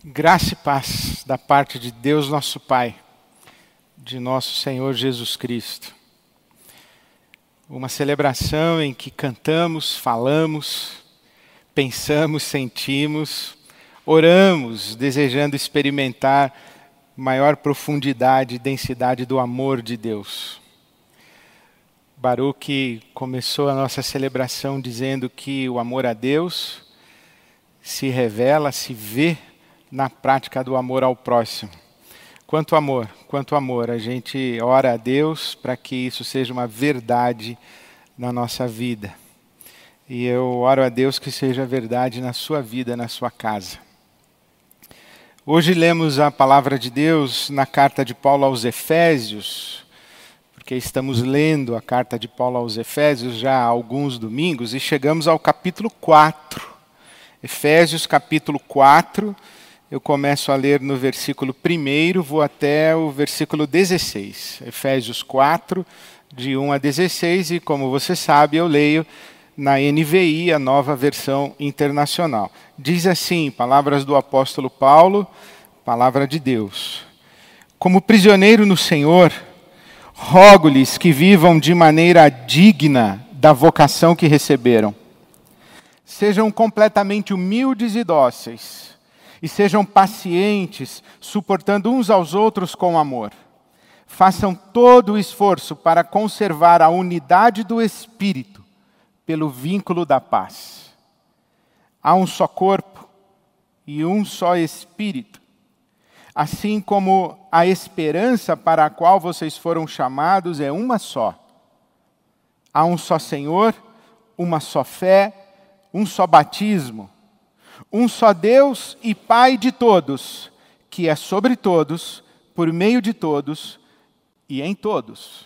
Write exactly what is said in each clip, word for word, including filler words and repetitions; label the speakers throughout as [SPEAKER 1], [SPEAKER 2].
[SPEAKER 1] Graça e paz da parte de Deus nosso Pai, de nosso Senhor Jesus Cristo. Uma celebração em que cantamos, falamos, pensamos, sentimos, oramos, desejando experimentar maior profundidade e densidade do amor de Deus. Baruch começou a nossa celebração dizendo que o amor a Deus se revela, se vê na prática do amor ao próximo. Quanto amor, quanto amor. A gente ora a Deus para que isso seja uma verdade na nossa vida. E eu oro a Deus que seja verdade na sua vida, na sua casa. Hoje lemos a palavra de Deus na carta de Paulo aos Efésios, porque estamos lendo a carta de Paulo aos Efésios já há alguns domingos, e chegamos ao capítulo quatro. Efésios capítulo quatro. Eu começo a ler no versículo primeiro, vou até o versículo dezesseis. Efésios quatro, de um a dezesseis, e como você sabe, eu leio na N V I, a nova versão internacional. Diz assim, palavras do apóstolo Paulo, palavra de Deus. Como prisioneiro no Senhor, rogo-lhes que vivam de maneira digna da vocação que receberam. Sejam completamente humildes e dóceis, e sejam pacientes, suportando uns aos outros com amor. Façam todo o esforço para conservar a unidade do Espírito, pelo vínculo da paz. Há um só corpo e um só Espírito, assim como a esperança para a qual vocês foram chamados é uma só. Há um só Senhor, uma só fé, um só batismo, um só Deus e Pai de todos, que é sobre todos, por meio de todos e em todos.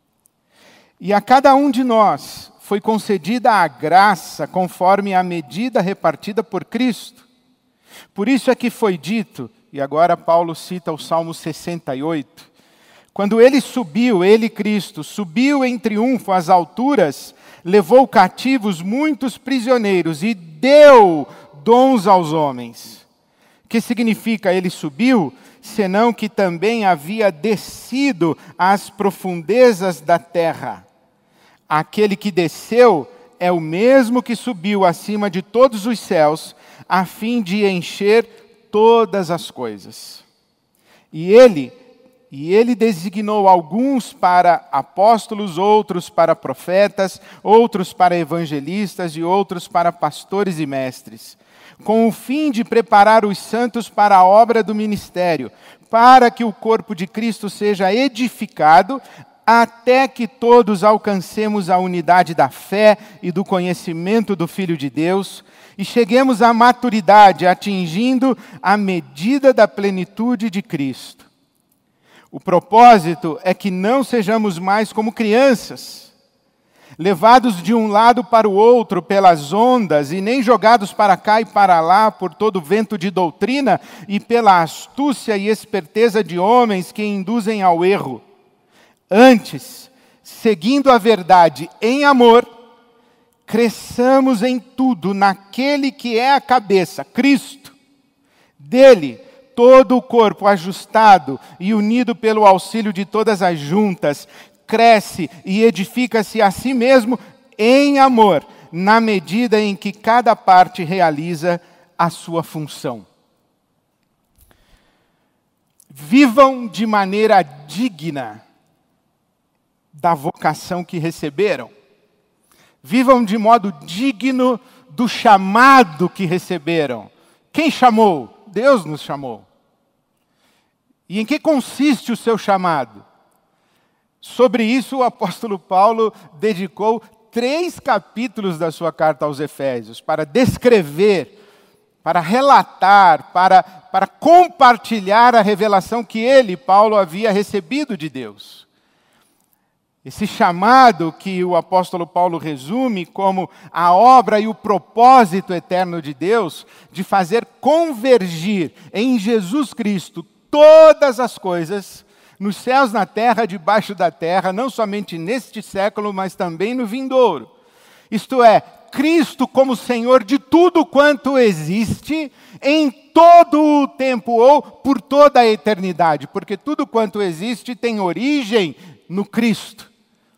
[SPEAKER 1] E a cada um de nós foi concedida a graça conforme a medida repartida por Cristo. Por isso é que foi dito, e agora Paulo cita o Salmo sessenta e oito, quando ele subiu, ele, Cristo, subiu em triunfo às alturas, levou cativos muitos prisioneiros e deu dons aos homens. Que significa ele subiu, senão que também havia descido às profundezas da terra. Aquele que desceu é o mesmo que subiu acima de todos os céus, a fim de encher todas as coisas. E ele, e ele designou alguns para apóstolos, outros para profetas, outros para evangelistas e outros para pastores e mestres, com o fim de preparar os santos para a obra do ministério, para que o corpo de Cristo seja edificado, até que todos alcancemos a unidade da fé e do conhecimento do Filho de Deus, e cheguemos à maturidade, atingindo a medida da plenitude de Cristo. O propósito é que não sejamos mais como crianças, levados de um lado para o outro pelas ondas, e nem jogados para cá e para lá por todo vento de doutrina e pela astúcia e esperteza de homens que induzem ao erro. Antes, seguindo a verdade em amor, cresçamos em tudo naquele que é a cabeça, Cristo. Dele, todo o corpo ajustado e unido pelo auxílio de todas as juntas, cresce e edifica-se a si mesmo em amor, na medida em que cada parte realiza a sua função. Vivam de maneira digna da vocação que receberam. Vivam de modo digno do chamado que receberam. Quem chamou? Deus nos chamou. E em que consiste o seu chamado? Sobre isso, o apóstolo Paulo dedicou três capítulos da sua carta aos Efésios para descrever, para relatar, para, para compartilhar a revelação que ele, Paulo, havia recebido de Deus. Esse chamado que o apóstolo Paulo resume como a obra e o propósito eterno de Deus de fazer convergir em Jesus Cristo todas as coisas, nos céus, na terra, debaixo da terra, não somente neste século, mas também no vindouro. Isto é, Cristo como Senhor de tudo quanto existe, em todo o tempo ou por toda a eternidade, porque tudo quanto existe tem origem no Cristo.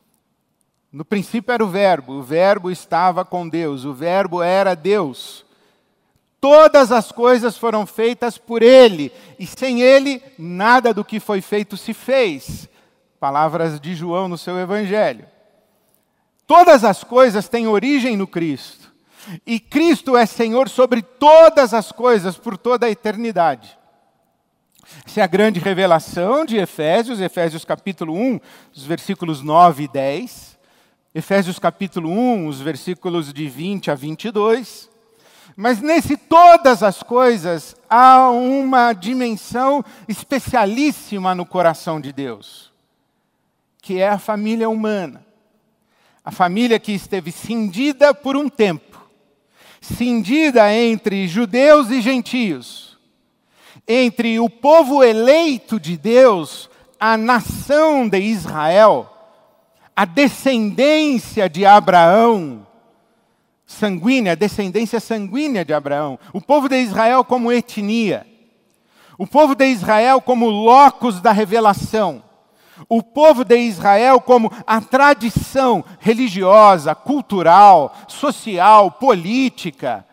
[SPEAKER 1] No princípio era o Verbo, o Verbo estava com Deus, o Verbo era Deus. Todas as coisas foram feitas por Ele, e sem Ele, nada do que foi feito se fez. Palavras de João no seu Evangelho. Todas as coisas têm origem no Cristo, e Cristo é Senhor sobre todas as coisas, por toda a eternidade. Essa é a grande revelação de Efésios, Efésios capítulo um, os versículos nove e dez. Efésios capítulo um, os versículos de vinte a vinte e dois. Mas nesse todas as coisas, há uma dimensão especialíssima no coração de Deus, que é a família humana. A família que esteve cindida por um tempo, cindida entre judeus e gentios, entre o povo eleito de Deus, a nação de Israel, a descendência de Abraão, sanguínea, a descendência sanguínea de Abraão, o povo de Israel como etnia, o povo de Israel como locus da revelação, o povo de Israel como a tradição religiosa, cultural, social, política.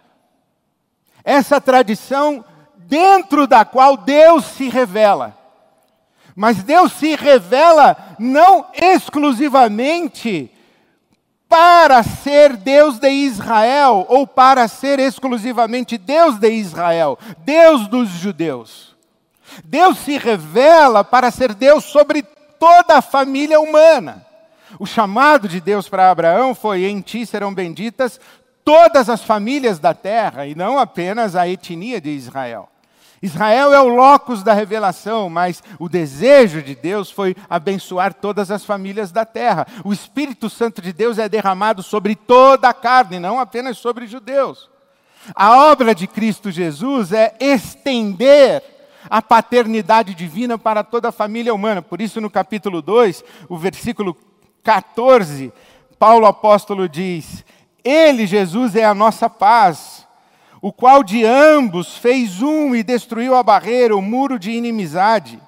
[SPEAKER 1] Essa tradição dentro da qual Deus se revela. Mas Deus se revela não exclusivamente para ser Deus de Israel, ou para ser exclusivamente Deus de Israel, Deus dos judeus. Deus se revela para ser Deus sobre toda a família humana. O chamado de Deus para Abraão foi: em ti serão benditas todas as famílias da terra, e não apenas a etnia de Israel. Israel é o locus da revelação, mas o desejo de Deus foi abençoar todas as famílias da terra. O Espírito Santo de Deus é derramado sobre toda a carne, não apenas sobre judeus. A obra de Cristo Jesus é estender a paternidade divina para toda a família humana. Por isso, no capítulo dois, o versículo quatorze, Paulo apóstolo diz: Ele, Jesus, é a nossa paz, o qual de ambos fez um e destruiu a barreira, o muro de inimizade.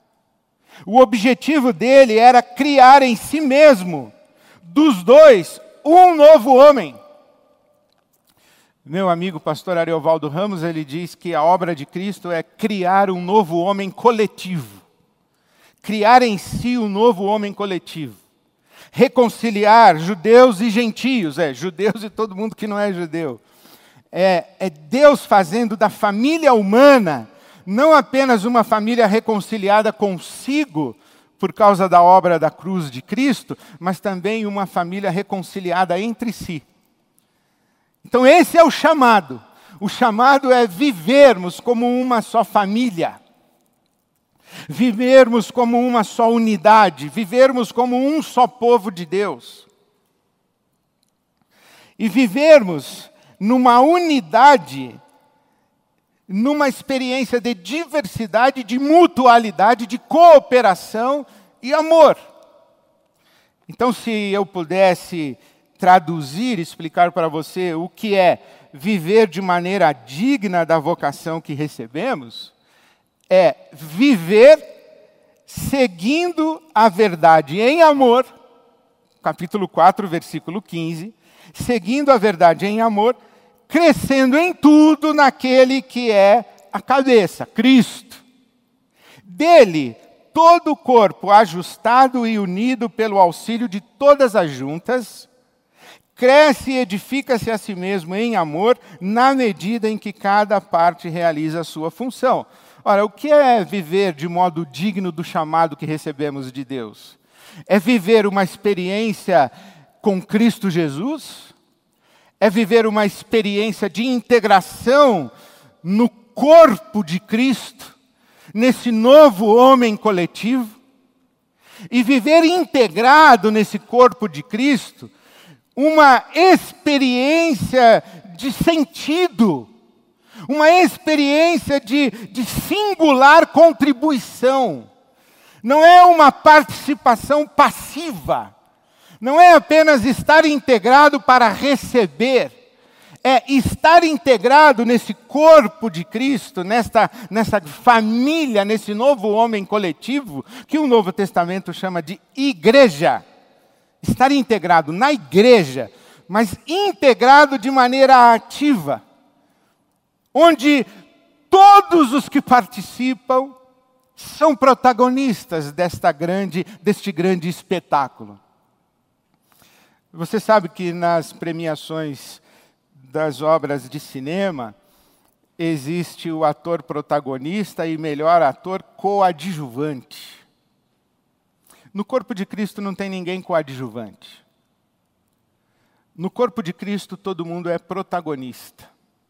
[SPEAKER 1] O objetivo dele era criar em si mesmo, dos dois, um novo homem. Meu amigo pastor Ariovaldo Ramos, ele diz que a obra de Cristo é criar um novo homem coletivo. Criar em si um novo homem coletivo. Reconciliar judeus e gentios, é, judeus e todo mundo que não é judeu. É, é Deus fazendo da família humana não apenas uma família reconciliada consigo por causa da obra da cruz de Cristo, mas também uma família reconciliada entre si. Então esse é o chamado. O chamado é vivermos como uma só família. Vivermos como uma só unidade. Vivermos como um só povo de Deus. E vivermos numa unidade, numa experiência de diversidade, de mutualidade, de cooperação e amor. Então, se eu pudesse traduzir, explicar para você o que é viver de maneira digna da vocação que recebemos, é viver seguindo a verdade em amor, capítulo quatro, versículo quinze, seguindo a verdade em amor, crescendo em tudo naquele que é a cabeça, Cristo. Dele, todo o corpo ajustado e unido pelo auxílio de todas as juntas, cresce e edifica-se a si mesmo em amor, na medida em que cada parte realiza a sua função. Ora, o que é viver de modo digno do chamado que recebemos de Deus? É viver uma experiência com Cristo Jesus? É viver uma experiência de integração no corpo de Cristo, nesse novo homem coletivo? E viver integrado nesse corpo de Cristo, uma experiência de sentido, uma experiência de, de singular contribuição. Não é uma participação passiva. Não é apenas estar integrado para receber, é estar integrado nesse corpo de Cristo, nesta, nessa família, nesse novo homem coletivo, que o Novo Testamento chama de igreja. Estar integrado na igreja, mas integrado de maneira ativa, onde todos os que participam são protagonistas desta grande, deste grande espetáculo. Você sabe que nas premiações das obras de cinema, existe o ator protagonista e melhor ator coadjuvante. No corpo de Cristo não tem ninguém coadjuvante. No corpo de Cristo todo mundo é protagonista.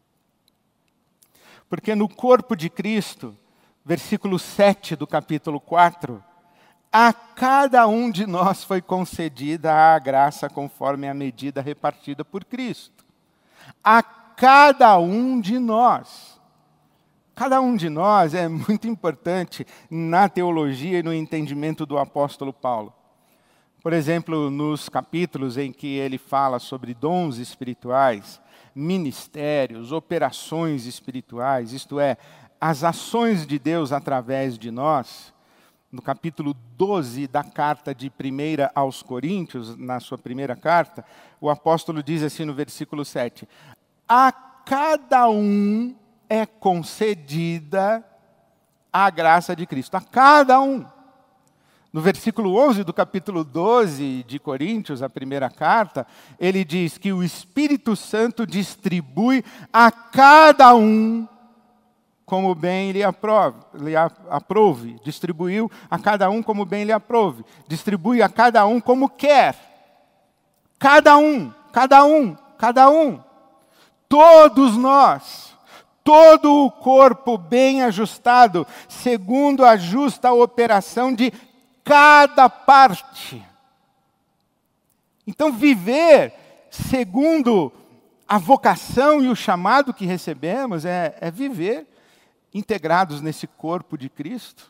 [SPEAKER 1] Porque no corpo de Cristo, versículo sete do capítulo quatro, a cada um de nós foi concedida a graça conforme a medida repartida por Cristo. A cada um de nós. Cada um de nós é muito importante na teologia e no entendimento do apóstolo Paulo. Por exemplo, nos capítulos em que ele fala sobre dons espirituais, ministérios, operações espirituais, isto é, as ações de Deus através de nós, no capítulo doze da carta de primeira aos Coríntios, na sua primeira carta, o apóstolo diz assim no versículo sete, a cada um é concedida a graça de Cristo, a cada um. No versículo onze do capítulo doze de Coríntios, a primeira carta, ele diz que o Espírito Santo distribui a cada um como bem lhe aprove, lhe aprove. Distribuiu a cada um como bem lhe aprove. Distribui a cada um como quer. Cada um, cada um, cada um. Todos nós, todo o corpo bem ajustado, segundo a justa operação de cada parte. Então, viver segundo a vocação e o chamado que recebemos é, é viver integrados nesse corpo de Cristo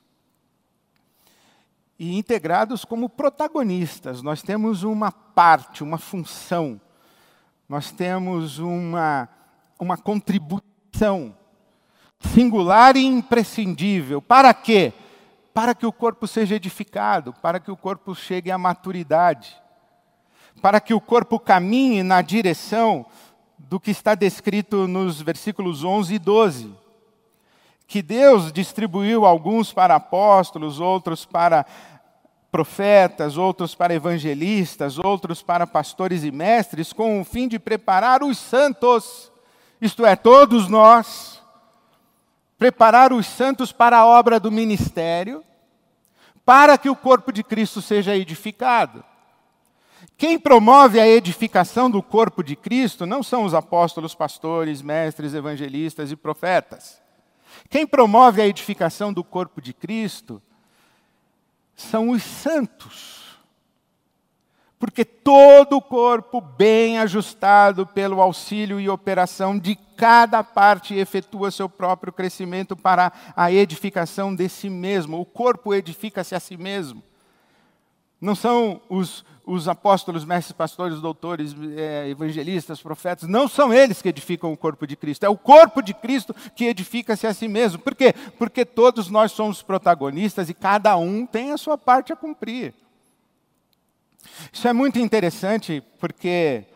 [SPEAKER 1] e integrados como protagonistas. Nós temos uma parte, uma função, nós temos uma, uma contribuição singular e imprescindível. Para quê? Para que o corpo seja edificado, para que o corpo chegue à maturidade, para que o corpo caminhe na direção do que está descrito nos versículos onze e doze. Que Deus distribuiu alguns para apóstolos, outros para profetas, outros para evangelistas, outros para pastores e mestres, com o fim de preparar os santos, isto é, todos nós, preparar os santos para a obra do ministério, para que o corpo de Cristo seja edificado. Quem promove a edificação do corpo de Cristo não são os apóstolos, pastores, mestres, evangelistas e profetas. Quem promove a edificação do corpo de Cristo são os santos. Porque todo o corpo bem ajustado pelo auxílio e operação de cada parte efetua seu próprio crescimento para a edificação de si mesmo. O corpo edifica-se a si mesmo. Não são os, os apóstolos, mestres, pastores, doutores, é, evangelistas, profetas, não são eles que edificam o corpo de Cristo. É o corpo de Cristo que edifica-se a si mesmo. Por quê? Porque todos nós somos protagonistas e cada um tem a sua parte a cumprir. Isso é muito interessante porque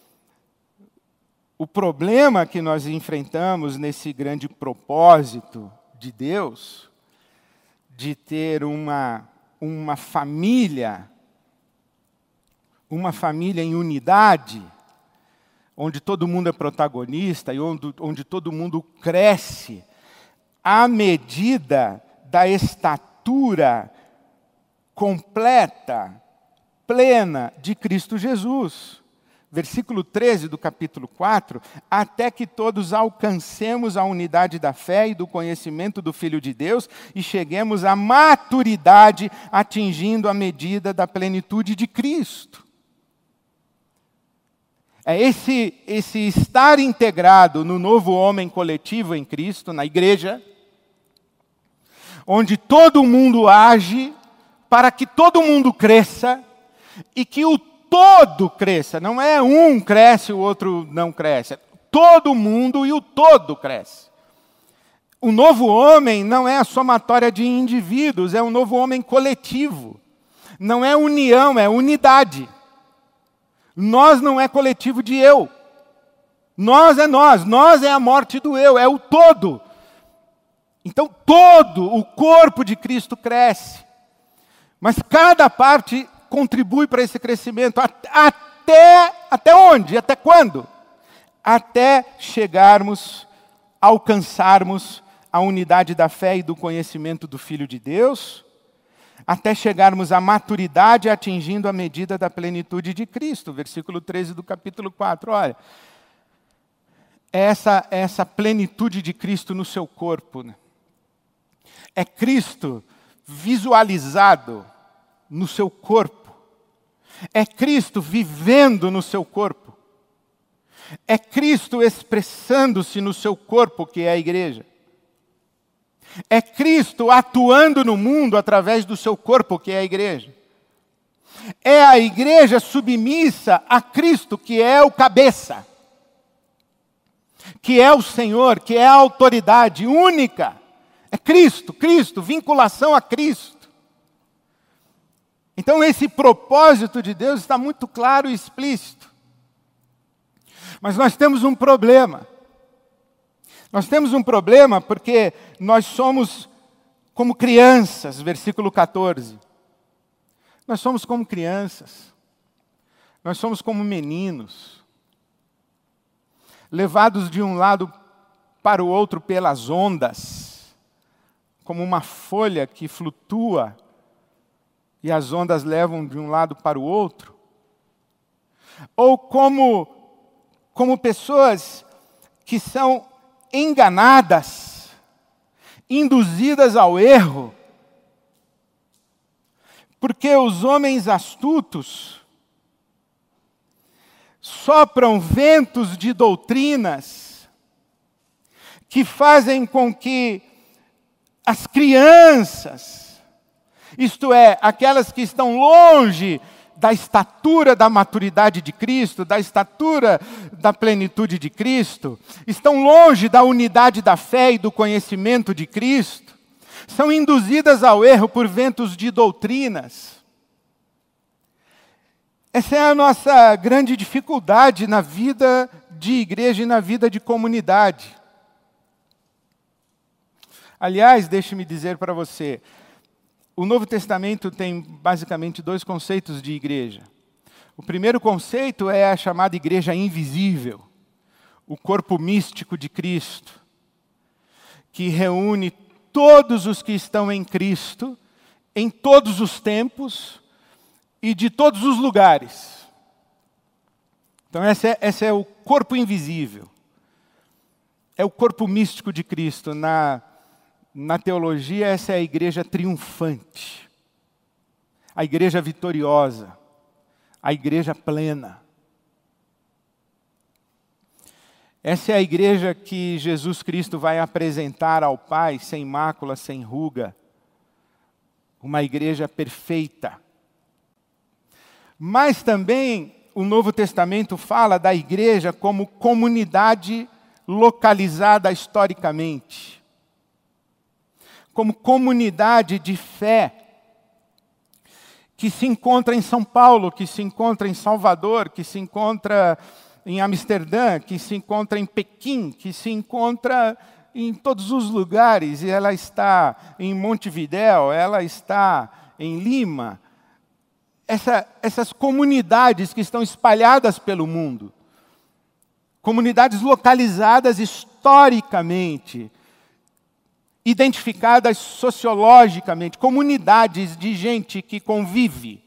[SPEAKER 1] o problema que nós enfrentamos nesse grande propósito de Deus, de ter uma... uma família, uma família em unidade, onde todo mundo é protagonista e onde, onde todo mundo cresce à medida da estatura completa, plena de Cristo Jesus. Versículo treze do capítulo quatro, até que todos alcancemos a unidade da fé e do conhecimento do Filho de Deus e cheguemos à maturidade, atingindo a medida da plenitude de Cristo. É esse, esse estar integrado no novo homem coletivo em Cristo, na igreja, onde todo mundo age para que todo mundo cresça e que o todo cresça. Não é um cresce e o outro não cresce. É todo mundo e o todo cresce. O novo homem não é a somatória de indivíduos, é um novo homem coletivo. Não é união, é unidade. Nós não é coletivo de eu. Nós é nós, nós é a morte do eu, é o todo. Então todo o corpo de Cristo cresce. Mas cada parte contribui para esse crescimento. Até, até onde? Até quando? Até chegarmos, alcançarmos a unidade da fé e do conhecimento do Filho de Deus, até chegarmos à maturidade, atingindo a medida da plenitude de Cristo. Versículo treze do capítulo quatro. Olha, essa, essa plenitude de Cristo no seu corpo, né? É Cristo visualizado no seu corpo. É Cristo vivendo no seu corpo. É Cristo expressando-se no seu corpo, que é a igreja. É Cristo atuando no mundo através do seu corpo, que é a igreja. É a igreja submissa a Cristo, que é o cabeça. Que é o Senhor, que é a autoridade única. É Cristo, Cristo, vinculação a Cristo. Então esse propósito de Deus está muito claro e explícito. Mas nós temos um problema. Nós temos um problema porque nós somos como crianças, versículo catorze. Nós somos como crianças. Nós somos como meninos, levados de um lado para o outro pelas ondas, como uma folha que flutua e as ondas levam de um lado para o outro. Ou como, como pessoas que são enganadas, induzidas ao erro, porque os homens astutos sopram ventos de doutrinas que fazem com que as crianças, isto é, aquelas que estão longe da estatura da maturidade de Cristo, da estatura da plenitude de Cristo, estão longe da unidade da fé e do conhecimento de Cristo, são induzidas ao erro por ventos de doutrinas. Essa é a nossa grande dificuldade na vida de igreja e na vida de comunidade. Aliás, deixe-me dizer para você, o Novo Testamento tem basicamente dois conceitos de igreja. O primeiro conceito é a chamada igreja invisível, o corpo místico de Cristo, que reúne todos os que estão em Cristo, em todos os tempos e de todos os lugares. Então esse é, esse é o corpo invisível. É o corpo místico de Cristo. Na Na teologia, essa é a igreja triunfante, a igreja vitoriosa, a igreja plena. Essa é a igreja que Jesus Cristo vai apresentar ao Pai, sem mácula, sem ruga. Uma igreja perfeita. Mas também o Novo Testamento fala da igreja como comunidade localizada historicamente. Como comunidade de fé, que se encontra em São Paulo, que se encontra em Salvador, que se encontra em Amsterdã, que se encontra em Pequim, que se encontra em todos os lugares, e ela está em Montevidéu, ela está em Lima. Essa, essas comunidades que estão espalhadas pelo mundo, comunidades localizadas historicamente, identificadas sociologicamente, comunidades de gente que convive.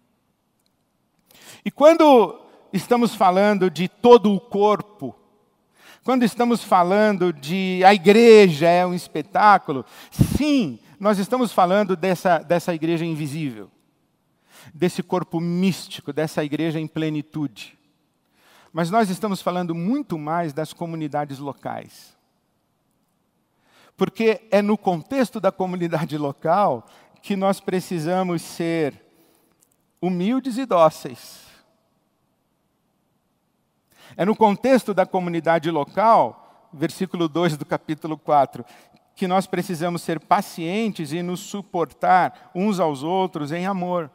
[SPEAKER 1] E quando estamos falando de todo o corpo, quando estamos falando de a igreja é um espetáculo, sim, nós estamos falando dessa, dessa igreja invisível, desse corpo místico, dessa igreja em plenitude. Mas nós estamos falando muito mais das comunidades locais. Porque é no contexto da comunidade local que nós precisamos ser humildes e dóceis. É no contexto da comunidade local, versículo dois do capítulo quatro, que nós precisamos ser pacientes e nos suportar uns aos outros em amor.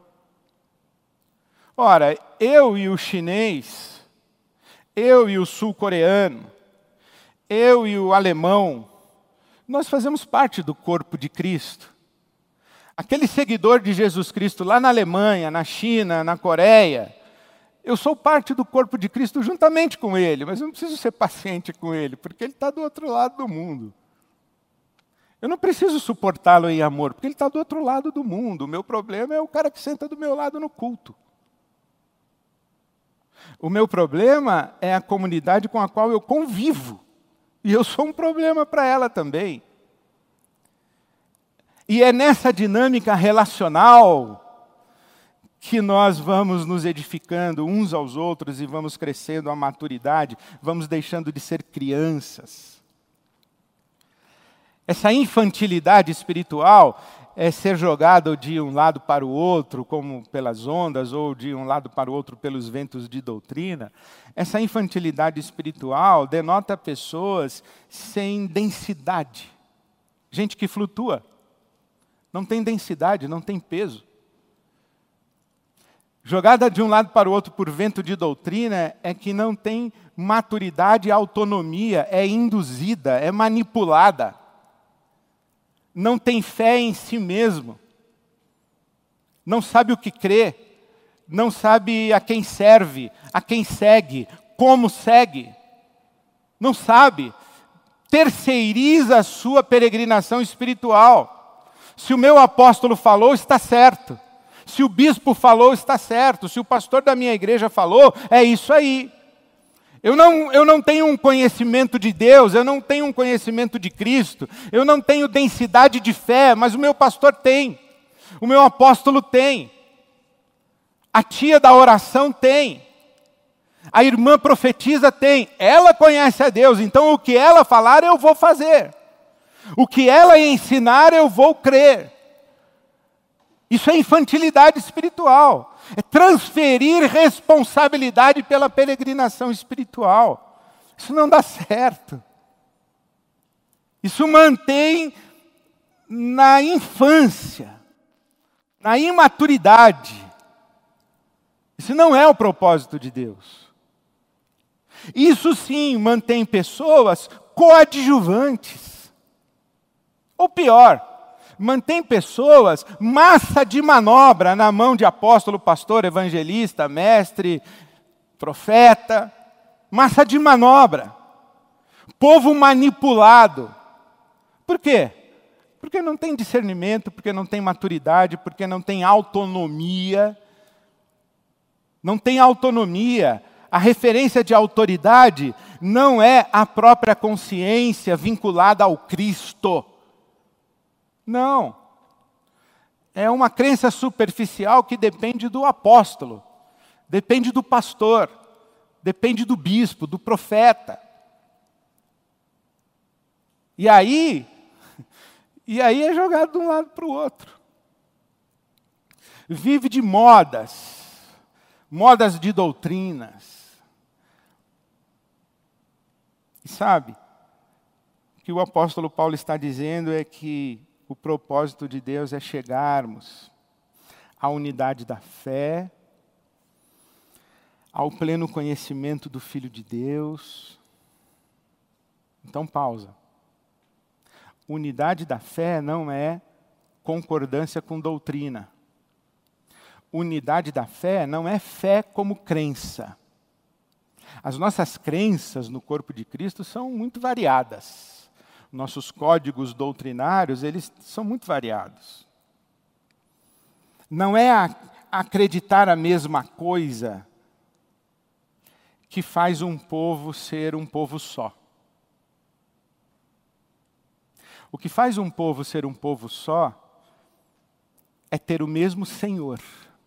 [SPEAKER 1] Ora, eu e o chinês, eu e o sul-coreano, eu e o alemão, nós fazemos parte do corpo de Cristo. Aquele seguidor de Jesus Cristo lá na Alemanha, na China, na Coreia, eu sou parte do corpo de Cristo juntamente com ele, mas eu não preciso ser paciente com ele, porque ele está do outro lado do mundo. Eu não preciso suportá-lo em amor, porque ele está do outro lado do mundo. O meu problema é o cara que senta do meu lado no culto. O meu problema é a comunidade com a qual eu convivo. E eu sou um problema para ela também. E é nessa dinâmica relacional que nós vamos nos edificando uns aos outros e vamos crescendo a maturidade, vamos deixando de ser crianças. Essa infantilidade espiritual é ser jogado de um lado para o outro, como pelas ondas, ou de um lado para o outro pelos ventos de doutrina. Essa infantilidade espiritual denota pessoas sem densidade. Gente que flutua. Não tem densidade, não tem peso. Jogada de um lado para o outro por vento de doutrina é que não tem maturidade e autonomia, é induzida, é manipulada. Não tem fé em si mesmo. Não sabe o que crê. Não sabe a quem serve, a quem segue, como segue. Não sabe. Terceiriza a sua peregrinação espiritual. Se o meu apóstolo falou, está certo. Se o bispo falou, está certo. Se o pastor da minha igreja falou, é isso aí. Eu não, eu não tenho um conhecimento de Deus, eu não tenho um conhecimento de Cristo, eu não tenho densidade de fé, mas o meu pastor tem. O meu apóstolo tem. A tia da oração tem. A irmã profetiza tem. Ela conhece a Deus, então o que ela falar eu vou fazer. O que ela ensinar, eu vou crer. Isso é infantilidade espiritual. É transferir responsabilidade pela peregrinação espiritual. Isso não dá certo. Isso mantém na infância, na imaturidade. Isso não é o propósito de Deus. Isso sim mantém pessoas coadjuvantes. Ou pior, mantém pessoas, massa de manobra na mão de apóstolo, pastor, evangelista, mestre, profeta. Massa de manobra. Povo manipulado. Por quê? Porque não tem discernimento, porque não tem maturidade, porque não tem autonomia. Não tem autonomia. A referência de autoridade não é a própria consciência vinculada ao Cristo. Não. É uma crença superficial que depende do apóstolo, depende do pastor, depende do bispo, do profeta. E aí, e aí é jogado de um lado para o outro. Vive de modas, modas de doutrinas. E sabe, o que o apóstolo Paulo está dizendo é que o propósito de Deus é chegarmos à unidade da fé, ao pleno conhecimento do Filho de Deus. Então, pausa. Unidade da fé não é concordância com doutrina. Unidade da fé não é fé como crença. As nossas crenças no corpo de Cristo são muito variadas. Nossos códigos doutrinários, eles são muito variados. Não é a, acreditar a mesma coisa que faz um povo ser um povo só. O que faz um povo ser um povo só é ter o mesmo Senhor.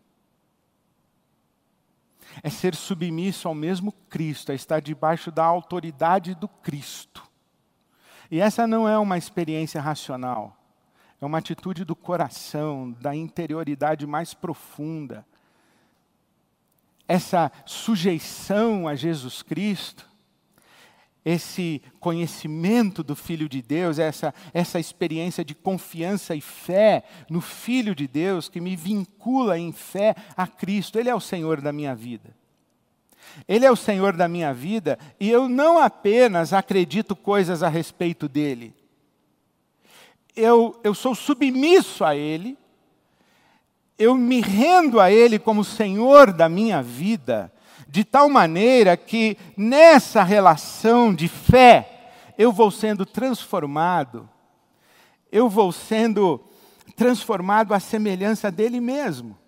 [SPEAKER 1] É ser submisso ao mesmo Cristo, é estar debaixo da autoridade do Cristo. E essa não é uma experiência racional, é uma atitude do coração, da interioridade mais profunda. essa sujeição a Jesus Cristo, esse conhecimento do Filho de Deus, essa, essa experiência de confiança e fé no Filho de Deus, que me vincula em fé a Cristo. Ele é o Senhor da minha vida. Ele é o Senhor da minha vida e eu não apenas acredito coisas a respeito dele. Eu, eu sou submisso a Ele, eu me rendo a Ele como Senhor da minha vida, de tal maneira que nessa relação de fé, eu vou sendo transformado, eu vou sendo transformado à semelhança dele mesmo.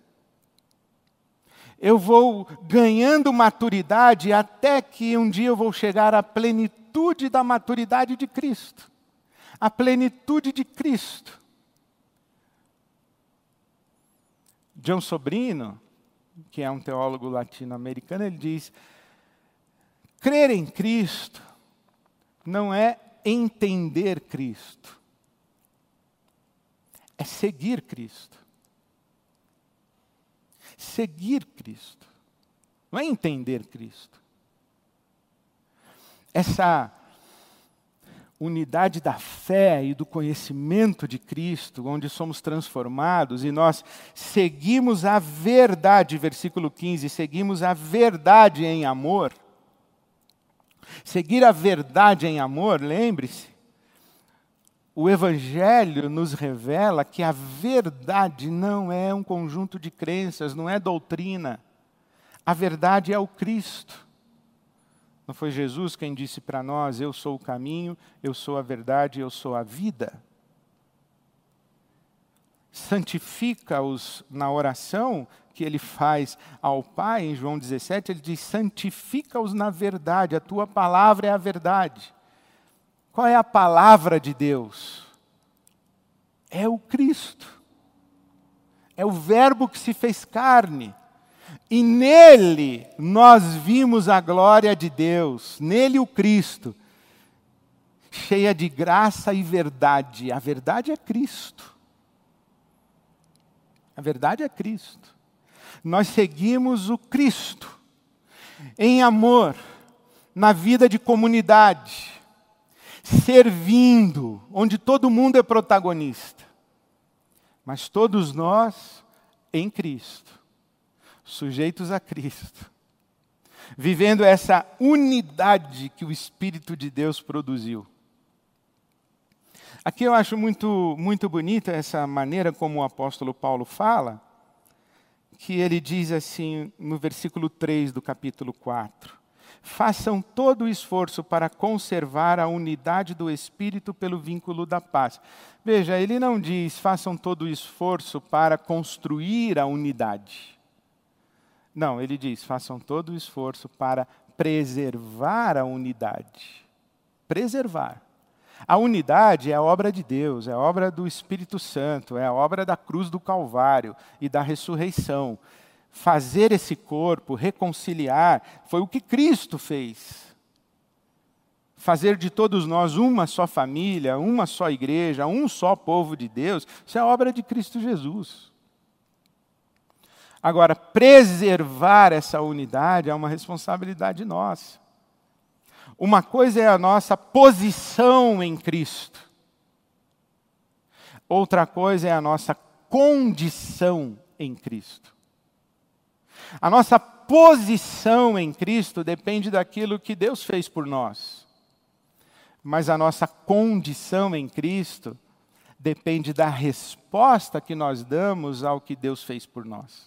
[SPEAKER 1] Eu vou ganhando maturidade até que um dia eu vou chegar à plenitude da maturidade de Cristo. A plenitude de Cristo. John Sobrino, que é um teólogo latino-americano, ele diz: crer em Cristo não é entender Cristo, é seguir Cristo. Seguir Cristo, não é entender Cristo. Essa unidade da fé e do conhecimento de Cristo, onde somos transformados e nós seguimos a verdade, versículo quinze, seguimos a verdade em amor. Seguir a verdade em amor, lembre-se, o Evangelho nos revela que a verdade não é um conjunto de crenças, não é doutrina. A verdade é o Cristo. Não foi Jesus quem disse para nós: eu sou o caminho, eu sou a verdade, eu sou a vida? Santifica-os na oração que ele faz ao Pai, em João dezessete, ele diz: santifica-os na verdade, a tua palavra é a verdade. Qual é a palavra de Deus? É o Cristo. É o Verbo que se fez carne. E nele nós vimos a glória de Deus, nele o Cristo, cheia de graça e verdade. A verdade é Cristo. A verdade é Cristo. Nós seguimos o Cristo em amor, na vida de comunidade, servindo, onde todo mundo é protagonista, mas todos nós em Cristo. Sujeitos a Cristo, vivendo essa unidade que o Espírito de Deus produziu. Aqui eu acho muito, muito bonita essa maneira como o apóstolo Paulo fala, que ele diz assim no versículo três do capítulo quatro, façam todo o esforço para conservar a unidade do Espírito pelo vínculo da paz. Veja, ele não diz façam todo o esforço para construir a unidade. Não, ele diz, façam todo o esforço para preservar a unidade. Preservar. A unidade é a obra de Deus, é a obra do Espírito Santo, é a obra da cruz do Calvário e da ressurreição. Fazer esse corpo, reconciliar, foi o que Cristo fez. Fazer de todos nós uma só família, uma só igreja, um só povo de Deus, isso é a obra de Cristo Jesus. Agora, preservar essa unidade é uma responsabilidade nossa. Uma coisa é a nossa posição em Cristo. Outra coisa é a nossa condição em Cristo. A nossa posição em Cristo depende daquilo que Deus fez por nós. Mas a nossa condição em Cristo depende da resposta que nós damos ao que Deus fez por nós.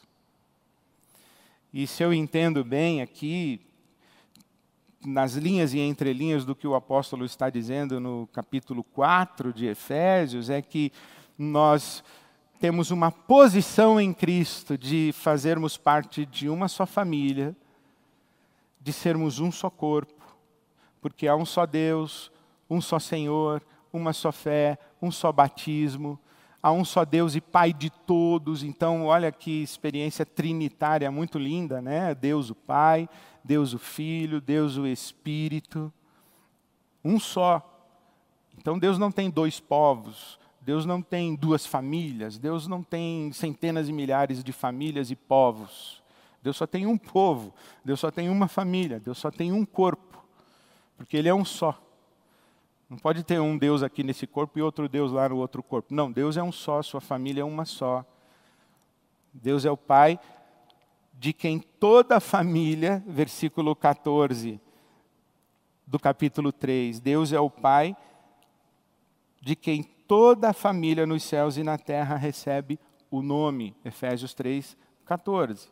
[SPEAKER 1] E se eu entendo bem aqui, nas linhas e entrelinhas do que o apóstolo está dizendo no capítulo quatro de Efésios, é que nós temos uma posição em Cristo de fazermos parte de uma só família, de sermos um só corpo, porque há um só Deus, um só Senhor, uma só fé, um só batismo, há um só Deus e Pai de todos. Então, olha que experiência trinitária muito linda, né? Deus o Pai, Deus o Filho, Deus o Espírito. Um só. Então, Deus não tem dois povos, Deus não tem duas famílias, Deus não tem centenas e milhares de famílias e povos. Deus só tem um povo, Deus só tem uma família, Deus só tem um corpo, porque Ele é um só. Não pode ter um Deus aqui nesse corpo e outro Deus lá no outro corpo. Não, Deus é um só, sua família é uma só. Deus é o Pai de quem toda a família, versículo quatorze do capítulo três, Deus é o Pai de quem toda a família nos céus e na terra recebe o nome, Efésios três, quatorze.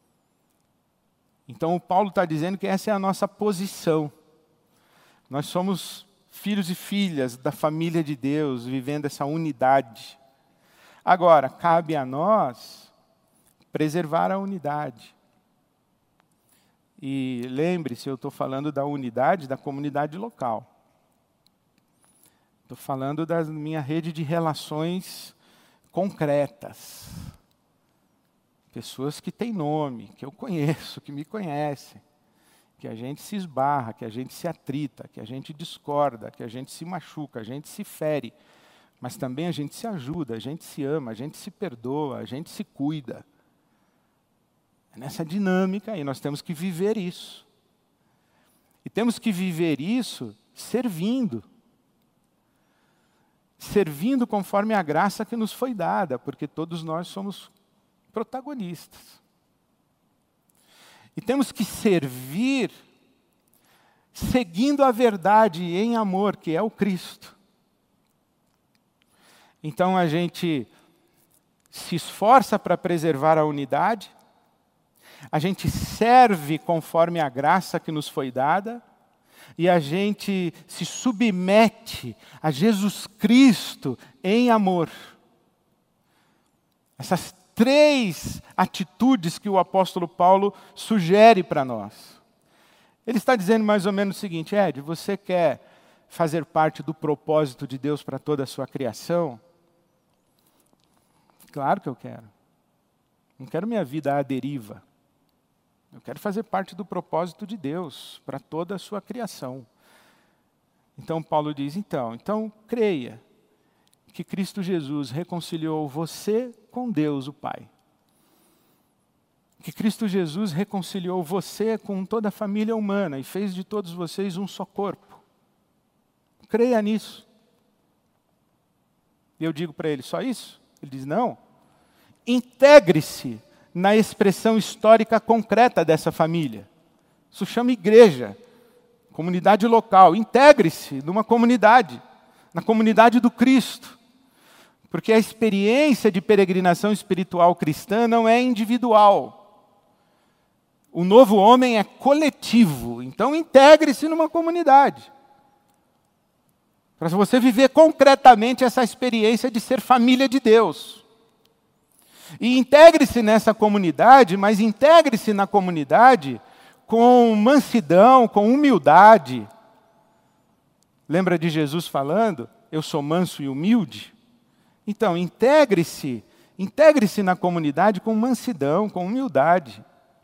[SPEAKER 1] Então o Paulo está dizendo que essa é a nossa posição. Nós somos filhos e filhas da família de Deus, vivendo essa unidade. Agora, cabe a nós preservar a unidade. E lembre-se, eu estou falando da unidade da comunidade local. Estou falando da minha rede de relações concretas. Pessoas que têm nome, que eu conheço, que me conhecem. Que a gente se esbarra, que a gente se atrita, que a gente discorda, que a gente se machuca, a gente se fere. Mas também a gente se ajuda, a gente se ama, a gente se perdoa, a gente se cuida. É nessa dinâmica aí, nós temos que viver isso. E temos que viver isso servindo. Servindo conforme a graça que nos foi dada, porque todos nós somos protagonistas. E temos que servir seguindo a verdade em amor, que é o Cristo. Então a gente se esforça para preservar a unidade, a gente serve conforme a graça que nos foi dada, e a gente se submete a Jesus Cristo em amor. Essas três atitudes que o apóstolo Paulo sugere para nós. Ele está dizendo mais ou menos o seguinte: Ed, você quer fazer parte do propósito de Deus para toda a sua criação? Claro que eu quero. Não quero minha vida à deriva. Eu quero fazer parte do propósito de Deus para toda a sua criação. Então Paulo diz, então, então creia que Cristo Jesus reconciliou você com Deus, o Pai. Que Cristo Jesus reconciliou você com toda a família humana e fez de todos vocês um só corpo. Creia nisso. E eu digo para ele, só isso? Ele diz, não. Integre-se na expressão histórica concreta dessa família. Isso chama igreja, comunidade local. Integre-se numa comunidade, na comunidade do Cristo. Porque a experiência de peregrinação espiritual cristã não é individual. O novo homem é coletivo. Então, integre-se numa comunidade. Para você viver concretamente essa experiência de ser família de Deus. E integre-se nessa comunidade, mas integre-se na comunidade com mansidão, com humildade. Lembra de Jesus falando? Eu sou manso e humilde. Então, integre-se, integre-se na comunidade com mansidão, com humildade.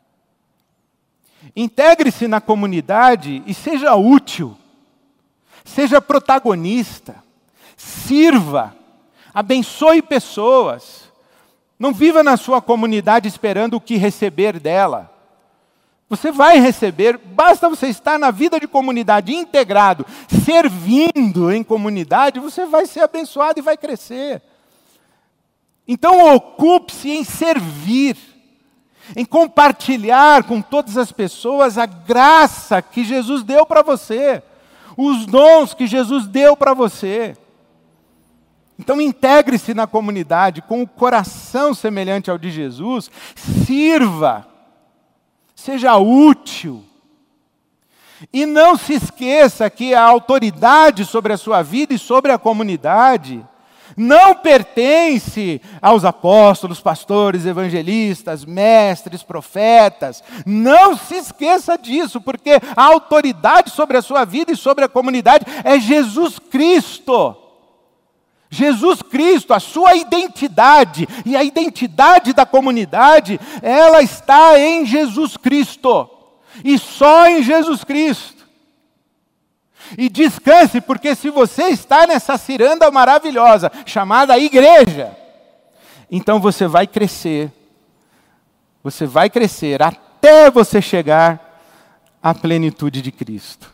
[SPEAKER 1] Integre-se na comunidade e seja útil, seja protagonista, sirva, abençoe pessoas. Não viva na sua comunidade esperando o que receber dela. Você vai receber, basta você estar na vida de comunidade integrado, servindo em comunidade, você vai ser abençoado e vai crescer. Então ocupe-se em servir, em compartilhar com todas as pessoas a graça que Jesus deu para você, os dons que Jesus deu para você. Então integre-se na comunidade com o coração semelhante ao de Jesus, sirva, seja útil. E não se esqueça que a autoridade sobre a sua vida e sobre a comunidade não pertence aos apóstolos, pastores, evangelistas, mestres, profetas. Não se esqueça disso, porque a autoridade sobre a sua vida e sobre a comunidade é Jesus Cristo. Jesus Cristo, a sua identidade e a identidade da comunidade, ela está em Jesus Cristo. E só em Jesus Cristo. E descanse, porque se você está nessa ciranda maravilhosa, chamada igreja, então você vai crescer, Você vai crescer até você chegar à plenitude de Cristo.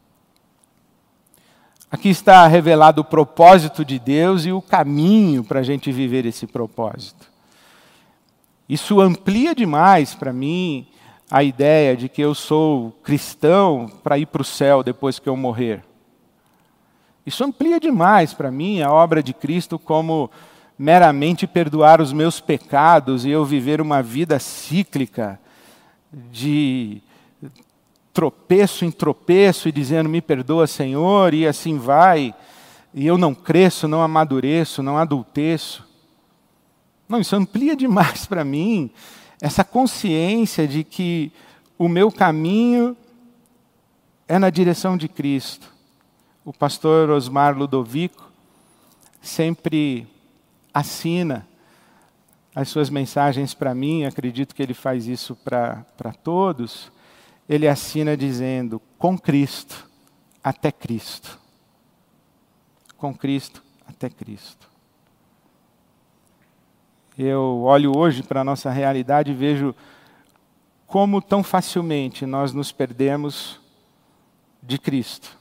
[SPEAKER 1] Aqui está revelado o propósito de Deus e o caminho para a gente viver esse propósito. Isso amplia demais para mim a ideia de que eu sou cristão para ir para o céu depois que eu morrer. Isso amplia demais para mim a obra de Cristo como meramente perdoar os meus pecados e eu viver uma vida cíclica de tropeço em tropeço e dizendo, me perdoa, Senhor, e assim vai, e eu não cresço, não amadureço, não adulteço. Não, isso amplia demais para mim essa consciência de que o meu caminho é na direção de Cristo. O pastor Osmar Ludovico sempre assina as suas mensagens para mim, acredito que ele faz isso para para todos. Ele assina dizendo, com Cristo até Cristo. Com Cristo até Cristo. Eu olho hoje para a nossa realidade e vejo como tão facilmente nós nos perdemos de Cristo.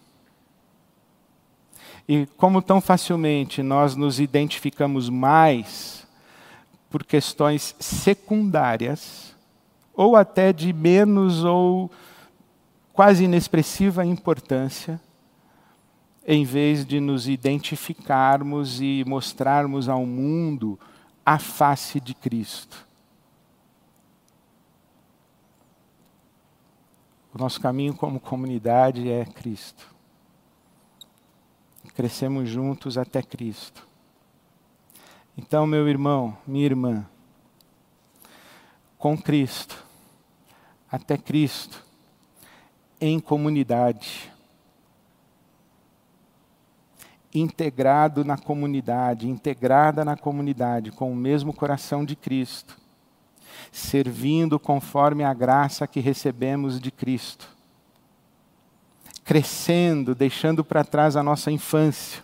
[SPEAKER 1] E como tão facilmente nós nos identificamos mais por questões secundárias, ou até de menos ou quase inexpressiva importância, em vez de nos identificarmos e mostrarmos ao mundo a face de Cristo. O nosso caminho como comunidade é Cristo. Crescemos juntos até Cristo. Então, meu irmão, minha irmã, com Cristo, até Cristo, em comunidade, integrado na comunidade, integrada na comunidade, com o mesmo coração de Cristo, servindo conforme a graça que recebemos de Cristo, crescendo, deixando para trás a nossa infância,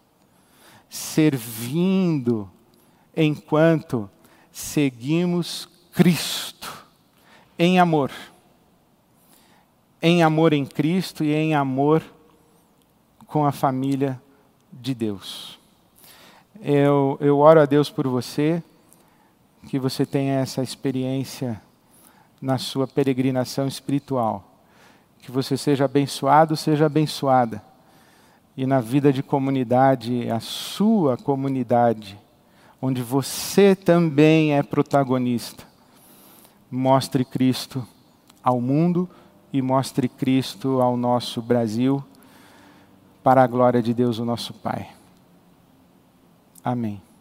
[SPEAKER 1] servindo enquanto seguimos Cristo em amor, em amor em Cristo e em amor com a família de Deus. Eu, eu oro a Deus por você, que você tenha essa experiência na sua peregrinação espiritual. Que você seja abençoado, seja abençoada. E na vida de comunidade, a sua comunidade, onde você também é protagonista, mostre Cristo ao mundo e mostre Cristo ao nosso Brasil, para a glória de Deus, o nosso Pai. Amém.